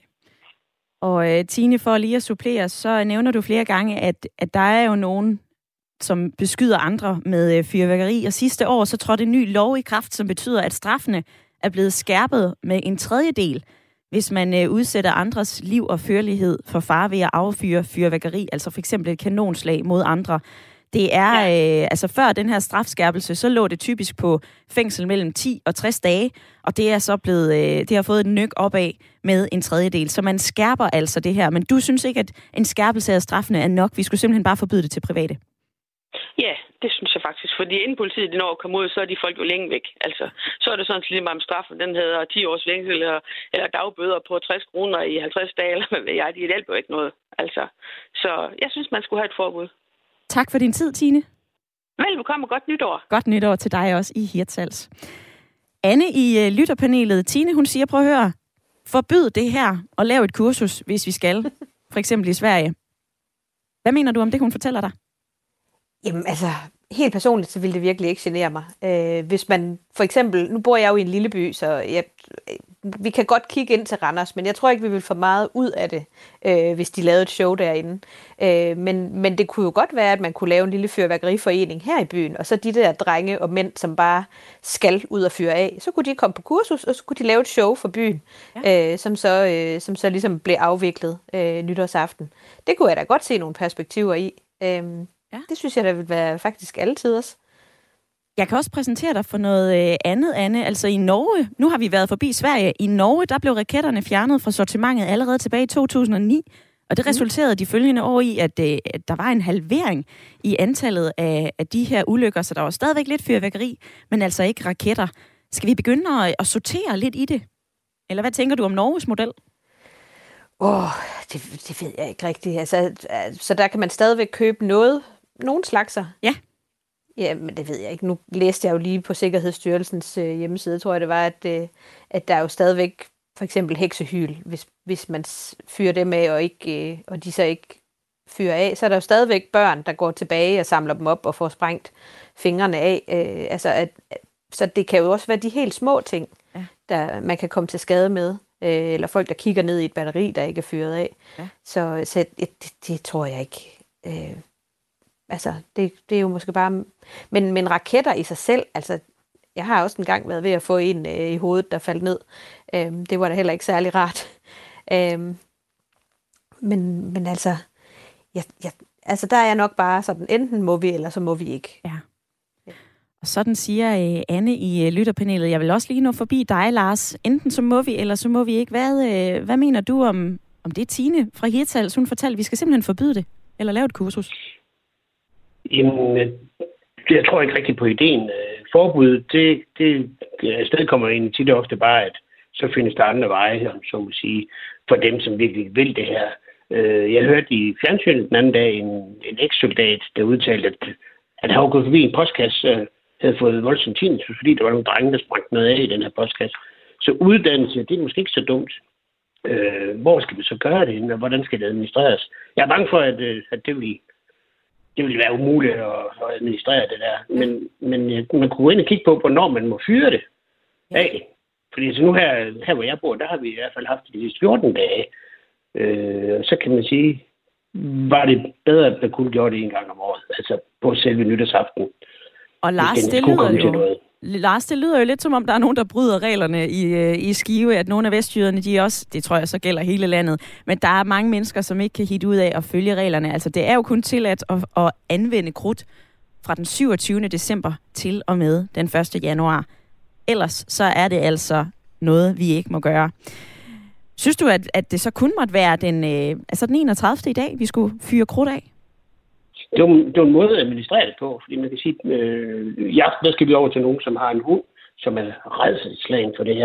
Og Tine, for lige at supplere, så nævner du flere gange, at der er jo nogen, som beskyder andre med fyrværkeri. Og sidste år så trådte en ny lov i kraft, som betyder, at straffene er blevet skærpet med 1/3, hvis man udsætter andres liv og førlighed for fare ved at affyre fyrværkeri, altså for eksempel et kanonslag mod andre. Det er, altså før den her strafskærpelse, så lå det typisk på fængsel mellem 10 og 60 dage, og det er så blevet, det har fået et nyk opad med 1/3. Så man skærper altså det her, men du synes ikke, at en skærpelse af straffene er nok? Vi skulle simpelthen bare forbyde det til private. Ja, det synes jeg faktisk. Fordi inden politiet når at komme ud, så er de folk jo længe væk. Altså, så er det sådan lige meget om straffen. Den hedder 10 års fængsel eller dagbøder på 60 kroner i 50 dage, eller hvad ved jeg. De hjælper jo ikke noget. Altså, så jeg synes, man skulle have et forbud. Tak for din tid, Tine. Velbekomme og godt nytår. Godt nytår til dig også i Hirtshals. Anne i lytterpanelet. Tine, hun siger, prøv at høre. Forbyd det her og lav et kursus, hvis vi skal. For eksempel i Sverige. Hvad mener du om det, hun fortæller dig? Jamen altså, helt personligt, så ville det virkelig ikke genere mig. Hvis man, for eksempel, nu bor jeg jo i en lille by, så vi kan godt kigge ind til Randers, men jeg tror ikke, vi vil få meget ud af det, hvis de lavede et show derinde. Men det kunne jo godt være, at man kunne lave en lille fyrværkeriforening her i byen, og så de der drenge og mænd, som bare skal ud og fyre af, så kunne de komme på kursus, og så kunne de lave et show for byen, som så ligesom blev afviklet nytårsaften. Det kunne jeg da godt se nogle perspektiver i. Det synes jeg, der vil være faktisk altid også. Jeg kan også præsentere dig for noget andet, Anne. Altså i Norge, nu har vi været forbi Sverige. I Norge, der blev raketterne fjernet fra sortimentet allerede tilbage i 2009. Og det resulterede de følgende år i, at der var en halvering i antallet af de her ulykker. Så der var stadigvæk lidt fyrværkeri, men altså ikke raketter. Skal vi begynde at sortere lidt i det? Eller hvad tænker du om Norges model? Det ved jeg ikke rigtigt. Altså, så der kan man stadigvæk købe nogle slagser. Ja. Ja, men det ved jeg ikke. Nu læste jeg jo lige på Sikkerhedsstyrelsens hjemmeside, tror jeg det var, at der er jo stadigvæk for eksempel heksehyl, hvis man fyrer dem af, og de så ikke fyrer af, så er der jo stadigvæk børn, der går tilbage og samler dem op og får sprængt fingrene af. Så det kan jo også være de helt små ting, der man kan komme til skade med. Eller folk, der kigger ned i et batteri, der ikke er fyret af. Ja. Så det tror jeg ikke. Det er jo måske bare... Men raketter i sig selv, altså, jeg har også engang været ved at få en i hovedet, der faldt ned. Det var da heller ikke særlig rart. Men altså, der er jeg nok bare sådan, enten må vi, eller så må vi ikke. Ja. Og sådan siger Anne i lytterpanelet. Jeg vil også lige nå forbi dig, Lars. Enten så må vi, eller så må vi ikke. Hvad mener du om det, Tine fra Hirtshals? Hun fortalte, at vi skal simpelthen forbyde det, eller lave et kursus. Jamen, jeg tror ikke rigtig på ideen. Forbud, det afsted kommer ind tit og ofte bare, at så findes der andre veje, så må sige, for dem, som virkelig vil det her. Jeg hørte i fjernsynet den anden dag en eks-soldat, der udtalte, at han var gået forbi en postkasse, havde fået voldsomt tinnitus, fordi der var nogle drenge, der sprang noget af i den her postkasse. Så uddannelse, det er måske ikke så dumt. Hvor skal vi så gøre det, og hvordan skal det administreres? Jeg er bange for, at det vil være umuligt at administrere det der. Men man kunne gå ind og kigge på, hvornår man må fyre det af. Fordi så nu her, hvor jeg bor, der har vi i hvert fald haft de sidste 14 dage. Så kan man sige, var det bedre, at man kunne gøre det en gang om året. Altså på selve nytårsaften. Og Lars, det lyder jo lidt som om, der er nogen, der bryder reglerne i Skive, at nogle af vestjyderne, de også, det tror jeg så gælder hele landet, men der er mange mennesker, som ikke kan hitte ud af at følge reglerne. Altså det er jo kun tilladt at anvende krudt fra den 27. december til og med den 1. januar. Ellers så er det altså noget, vi ikke må gøre. Synes du, at det så kun måtte være den 31. i dag, vi skulle fyre krudt af? Det var en måde at administrere det på, fordi man kan sige, i aften skal vi over til nogen, som har en hund, som er rædselsslagen for det her.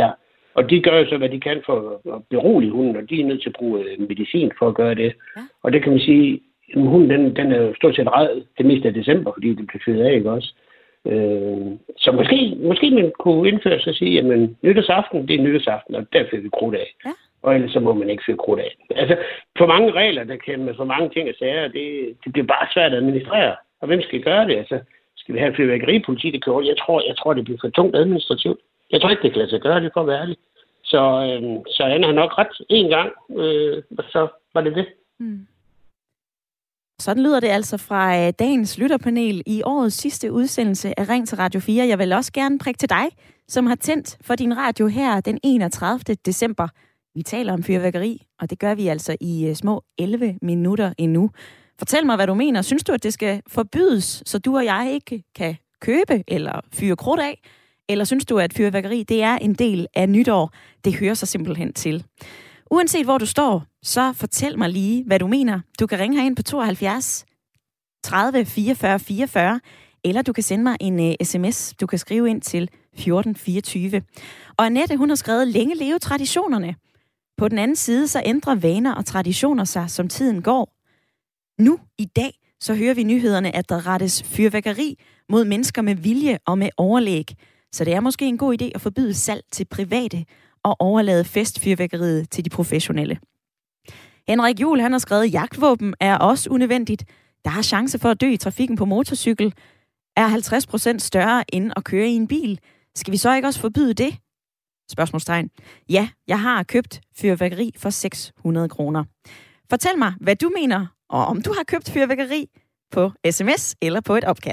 Og de gør jo så, hvad de kan for at berolige hunden, og de er nødt til at bruge medicin for at gøre det. Ja. Og det kan man sige, at hunden den er jo stort set ræd det meste af december, fordi det bliver fyret af, ikke også? Så måske man kunne indføre sig og sige, jamen nytårsaften, det er nytårsaften, og der fyrer vi krudt af. Ja. Og ellers så må man ikke fyre krudt af. Altså, for mange regler, der kan med for mange ting og sager, det bliver bare svært at administrere. Og hvem skal gøre det? Altså, skal vi have fyrværkeripoliti, det kører? Jeg tror, det bliver for tungt administrativt. Jeg tror ikke, det kan lade sig gøre, det for at være ærlig. Så Anna har nok ret en gang, og så var det det. Mm. Sådan lyder det altså fra dagens lytterpanel i årets sidste udsendelse af Ring til Radio 4. Jeg vil også gerne prikke til dig, som har tændt for din radio her den 31. december. Vi taler om fyrværkeri, og det gør vi altså i små 11 minutter endnu. Fortæl mig, hvad du mener. Synes du, at det skal forbydes, så du og jeg ikke kan købe eller fyre krudt af? Eller synes du, at fyrværkeri det er en del af nytår? Det hører sig simpelthen til. Uanset hvor du står, så fortæl mig lige, hvad du mener. Du kan ringe herind på 72 30 44 44, eller du kan sende mig en sms. Du kan skrive ind til 1424. Og Annette, hun har skrevet, længe leve traditionerne. På den anden side, så ændrer vaner og traditioner sig, som tiden går. Nu, i dag, så hører vi nyhederne, at der rettes fyrværkeri mod mennesker med vilje og med overlæg. Så det er måske en god idé at forbyde salg til private og overlade festfyrværkeriet til de professionelle. Henrik Juhl, han har skrevet, at jagtvåben er også unødvendigt. Der er chance for at dø i trafikken på motorcykel. Er 50% større end at køre i en bil. Skal vi så ikke også forbyde det? Spørgsmålstegn. Ja, jeg har købt fyrværkeri for 600 kroner. Fortæl mig, hvad du mener, og om du har købt fyrværkeri på sms eller på et opkald.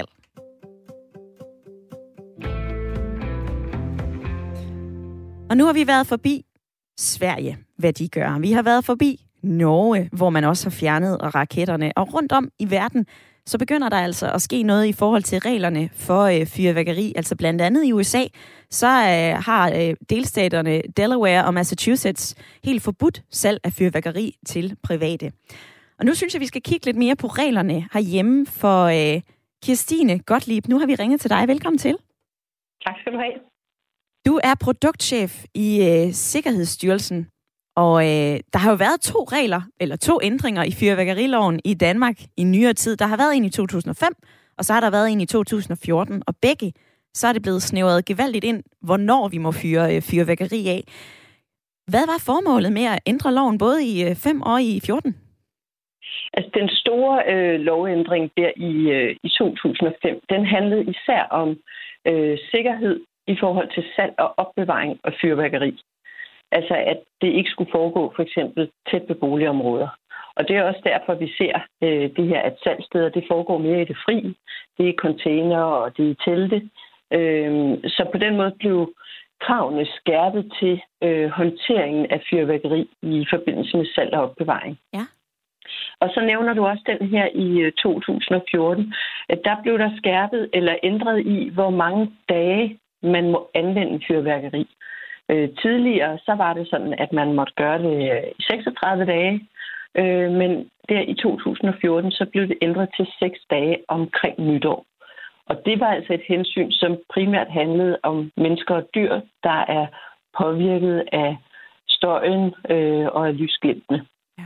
Og nu har vi været forbi Sverige, hvad de gør. Vi har været forbi Norge, hvor man også har fjernet raketterne. Og rundt om i verden, så begynder der altså at ske noget i forhold til reglerne for fyrværkeri. Altså blandt andet i USA, så har delstaterne Delaware og Massachusetts helt forbudt salg af fyrværkeri til private. Og nu synes jeg, vi skal kigge lidt mere på reglerne herhjemme for Kirstine Gottlieb. Nu har vi ringet til dig. Velkommen til. Tak skal du have. Du er produktchef i Sikkerhedsstyrelsen, og der har jo været to ændringer i fyrværkeriloven i Danmark i nyere tid. Der har været en i 2005, og så har der været en i 2014, og begge, så er det blevet snævret gevaldigt ind, hvornår vi må fyre fyrværkeri af. Hvad var formålet med at ændre loven både i 5 og i 14? Altså, den store lovændring der i 2005, den handlede især om sikkerhed i forhold til salg og opbevaring af fyrværkeri. Altså, at det ikke skulle foregå for eksempel tæt ved boligområder. Og det er også derfor, vi ser det her, at salgssteder, det foregår mere i det fri. Det er container, og det er telte. Så på den måde blev kravene skærpet til håndteringen af fyrværkeri i forbindelse med salg og opbevaring. Ja. Og så nævner du også den her i 2014, at der blev der skærpet eller ændret i, hvor mange dage man må anvende fyrværkeri. Tidligere så var det sådan, at man måtte gøre det i 36 dage, men der i 2014 så blev det ændret til 6 dage omkring nytår. Og det var altså et hensyn, som primært handlede om mennesker og dyr, der er påvirket af støjen og af lysglimtene. Ja.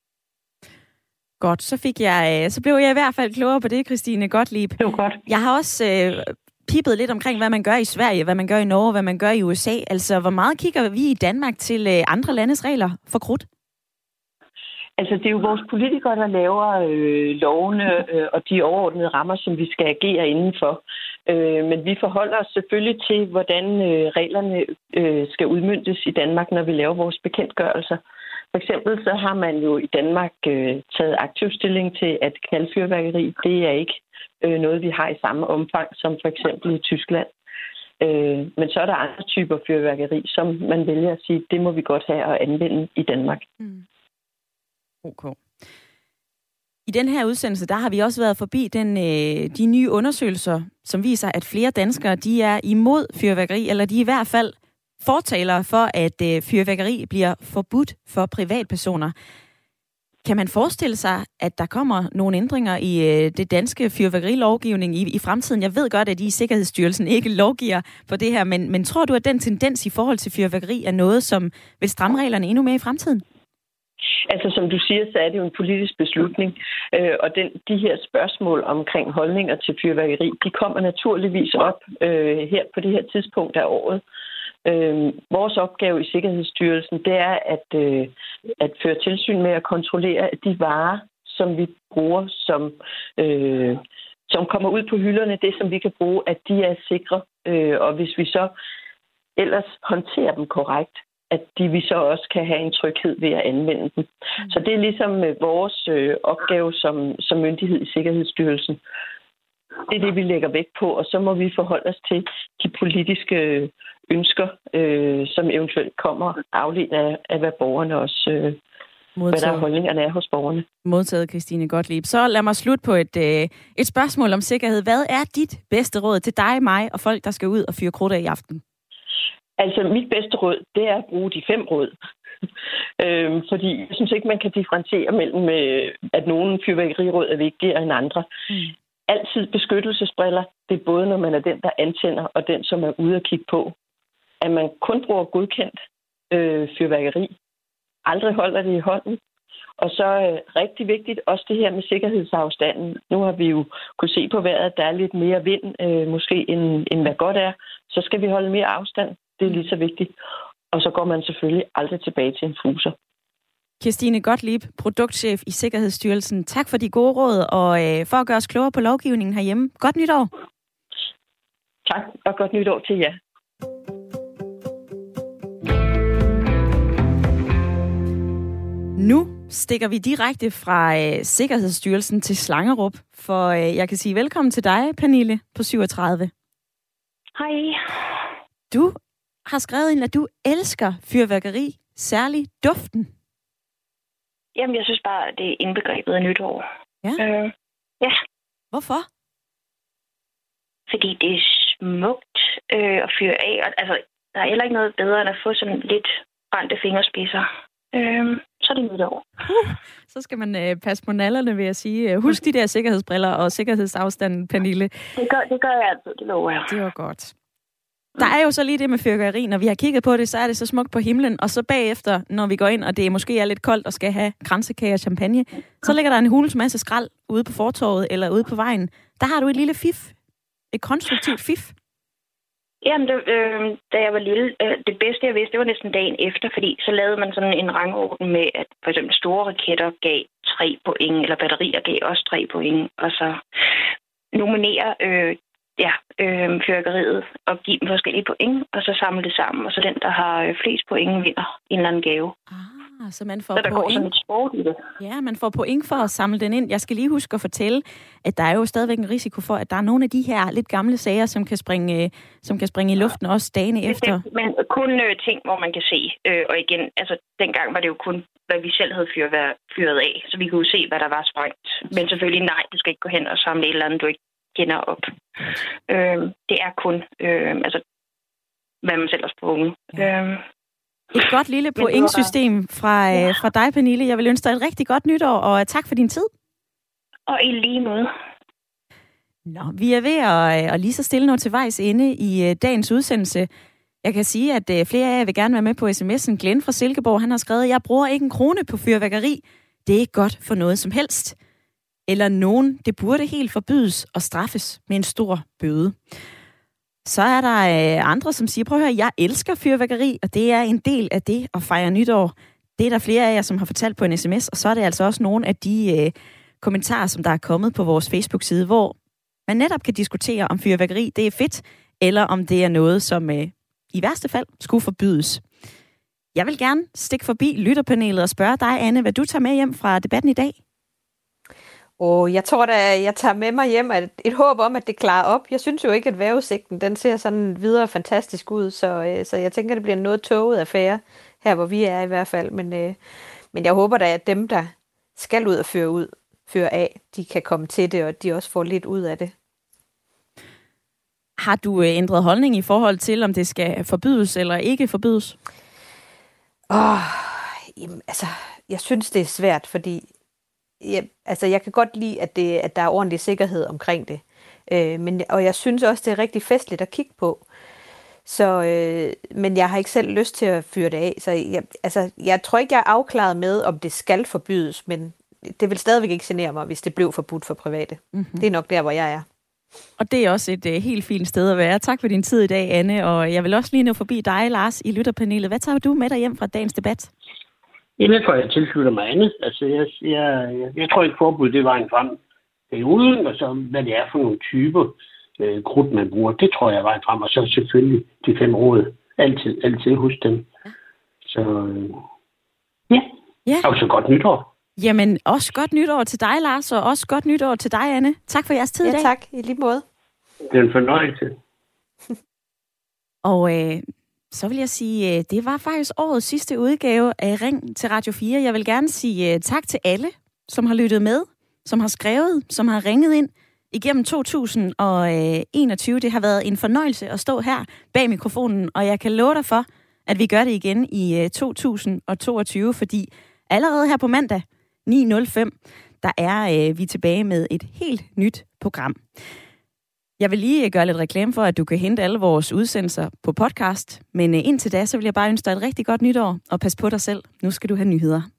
Godt, så blev jeg i hvert fald klogere på det, Kirstine Gottlieb. Det var godt. Jeg har også pippet lidt omkring, hvad man gør i Sverige, hvad man gør i Norge, hvad man gør i USA. Altså, hvor meget kigger vi i Danmark til andre landes regler for krudt? Altså, det er jo vores politikere, der laver lovene og de overordnede rammer, som vi skal agere indenfor. Men vi forholder os selvfølgelig til, hvordan reglerne skal udmøntes i Danmark, når vi laver vores bekendtgørelser. For eksempel så har man jo i Danmark taget aktiv stilling til, at knaldfyrværkeri, det er ikke noget, vi har i samme omfang som for eksempel i Tyskland. Men så er der andre typer fyrværkeri, som man vælger at sige, det må vi godt have at anvende i Danmark. Mm. Okay. I den her udsendelse, der har vi også været forbi de nye undersøgelser, som viser, at flere danskere, de er imod fyrværkeri, eller de er i hvert fald fortalere for, at fyrværkeri bliver forbudt for privatpersoner. Kan man forestille sig, at der kommer nogle ændringer i det danske fyrværkerilovgivning i fremtiden? Jeg ved godt, at I i Sikkerhedsstyrelsen ikke lovgiver på det her, men tror du, at den tendens i forhold til fyrværkeri er noget, som vil stramme reglerne endnu mere i fremtiden? Altså, som du siger, så er det jo en politisk beslutning, og de her spørgsmål omkring holdninger til fyrværkeri, de kommer naturligvis op her på det her tidspunkt af året. Vores opgave i Sikkerhedsstyrelsen, det er at føre tilsyn med at kontrollere, at de varer, som vi bruger, som kommer ud på hylderne, det som vi kan bruge, at de er sikre. Og hvis vi så ellers håndterer dem korrekt, at vi så også kan have en tryghed ved at anvende dem. Så det er ligesom vores opgave som myndighed i Sikkerhedsstyrelsen. Det er det, vi lægger vægt på, og så må vi forholde os til de politiske ønsker, som eventuelt kommer afledt af hvad borgerne også, hvad der holdningerne er hos borgerne. Modtaget, Christine Gottlieb. Så lad mig slutte på et spørgsmål om sikkerhed. Hvad er dit bedste råd til dig, mig og folk, der skal ud og fyre krudt af i aften? Altså, mit bedste råd, det er at bruge de 5 råd. Fordi jeg synes ikke, man kan differentiere mellem, at nogle fyrværkeriråd er vigtigere end andre. Altid beskyttelsesbriller. Det er både, når man er den, der antænder, og den, som er ude at kigge på. At man kun bruger godkendt fyrværkeri. Aldrig holder det i hånden. Og så rigtig vigtigt, også det her med sikkerhedsafstanden. Nu har vi jo kunne se på vejret, at der er lidt mere vind, måske end hvad godt er. Så skal vi holde mere afstand. Det er lige så vigtigt. Og så går man selvfølgelig aldrig tilbage til en fuser. Christine Gottlieb, produktchef i Sikkerhedsstyrelsen. Tak for de gode råd, og for at gøre os klogere på lovgivningen herhjemme. Godt nytår. Tak, og godt nytår til jer. Nu stikker vi direkte fra Sikkerhedsstyrelsen til Slangerup, for jeg kan sige velkommen til dig, Pernille, på 37. Hej. Du har skrevet ind, at du elsker fyrværkeri, særligt duften. Jamen, jeg synes bare, det er indbegrebet af nytår. Ja? Ja. Hvorfor? Fordi det er smukt at fyre af. Altså, der er heller ikke noget bedre, end at få sådan lidt brændte fingerspidser. Så er det nytår. Så skal man passe på nallerne, vil jeg sige. Husk de der sikkerhedsbriller og sikkerhedsafstanden, Pernille. Det gør jeg altid, det lover jeg. Det var godt. Der er jo så lige det med fyrværkeri. Når vi har kigget på det, så er det så smukt på himlen. Og så bagefter, når vi går ind, og det måske er lidt koldt og skal have kransekage og champagne, så ligger der en hulens masse skrald ude på fortovet eller ude på vejen. Der har du et lille fif. Et konstruktivt fif. Jamen, da jeg var lille, det bedste jeg vidste, det var næsten dagen efter, fordi så lavede man sådan en rangorden med, at for eksempel store raketter gav 3 point, eller batterier gav også 3 point, og så nominere fyrværkeriet og give dem forskellige point, og så samle det sammen, og så den, der har flest point, vinder en eller anden gave. Så man får så der går sådan et sport i det. Ja, man får point for at samle den ind. Jeg skal lige huske at fortælle, at der er jo stadigvæk en risiko for, at der er nogle af de her lidt gamle sager, som kan springe i luften også dagene efter. Men kun ting, hvor man kan se. Og igen, altså dengang var det jo kun, hvad vi selv havde fyret af, så vi kunne jo se, hvad der var sprængt. Men selvfølgelig nej, du skal ikke gå hen og samle et eller andet, du ikke kender op. Det er kun hvad man selv har sprunget. Ja. Et godt lille pointsystem fra dig, Pernille. Jeg vil ønske dig et rigtig godt nytår, og tak for din tid. Og i lige måde. Nå, vi er ved at lige så stille nå til vejs ende i dagens udsendelse. Jeg kan sige, at flere af jer vil gerne være med på sms'en. Glenn fra Silkeborg, han har skrevet, jeg bruger ikke en krone på fyrværkeri. Det er ikke godt for noget som helst. Eller nogen, det burde helt forbydes og straffes med en stor bøde. Så er der andre, som siger, prøv at høre, jeg elsker fyrværkeri, og det er en del af det at fejre nytår. Det er der flere af jer, som har fortalt på en sms, og så er det altså også nogle af de kommentarer, som der er kommet på vores Facebook-side, hvor man netop kan diskutere, om fyrværkeri det er fedt, eller om det er noget, som i værste fald skulle forbydes. Jeg vil gerne stikke forbi lytterpanelet og spørge dig, Anne, hvad du tager med hjem fra debatten i dag? Og jeg tror da, jeg tager med mig hjem et håb om, at det klarer op. Jeg synes jo ikke, at vejrudsigten, den ser sådan videre fantastisk ud, så jeg tænker, det bliver noget tåget affære, her hvor vi er i hvert fald. Men jeg håber da, at dem, der skal ud og føre af, de kan komme til det, og at de også får lidt ud af det. Har du ændret holdning i forhold til, om det skal forbydes eller ikke forbydes? Jamen, altså, jeg synes, det er svært, fordi jeg kan godt lide, at der er ordentlig sikkerhed omkring det. Og jeg synes også, det er rigtig festligt at kigge på. Så, men jeg har ikke selv lyst til at fyre det af. Så jeg tror ikke, jeg er afklaret med, om det skal forbydes, men det vil stadigvæk ikke genere mig, hvis det blev forbudt for private. Mm-hmm. Det er nok der, hvor jeg er. Og det er også et helt fint sted at være. Tak for din tid i dag, Anne. Og jeg vil også lige nå forbi dig, Lars, i lytterpanelet. Hvad tager du med dig hjem fra dagens debat? Jamen, jeg tror, jeg tilslutter mig Anne. Altså, jeg tror ikke, forbud det er vejen frem. Uden, og så hvad det er for nogle typer krudt, man bruger. Det tror jeg er vejen frem. Og så selvfølgelig de 5 råd. Altid husk dem. Ja. Så ja. Og så godt nytår. Jamen, også godt nytår til dig, Lars, og også godt nytår til dig, Anne. Tak for jeres tid i dag. Ja, tak. I lige måde. Det er en fornøjelse. Og så vil jeg sige, det var faktisk årets sidste udgave af Ring til Radio 4. Jeg vil gerne sige tak til alle, som har lyttet med, som har skrevet, som har ringet ind igennem 2021. Det har været en fornøjelse at stå her bag mikrofonen, og jeg kan love dig for, at vi gør det igen i 2022, fordi allerede her på mandag 9.05, der er vi tilbage med et helt nyt program. Jeg vil lige gøre lidt reklame for, at du kan hente alle vores udsendelser på podcast, men indtil da, så vil jeg bare ønske dig et rigtig godt nytår, og pas på dig selv. Nu skal du have nyheder.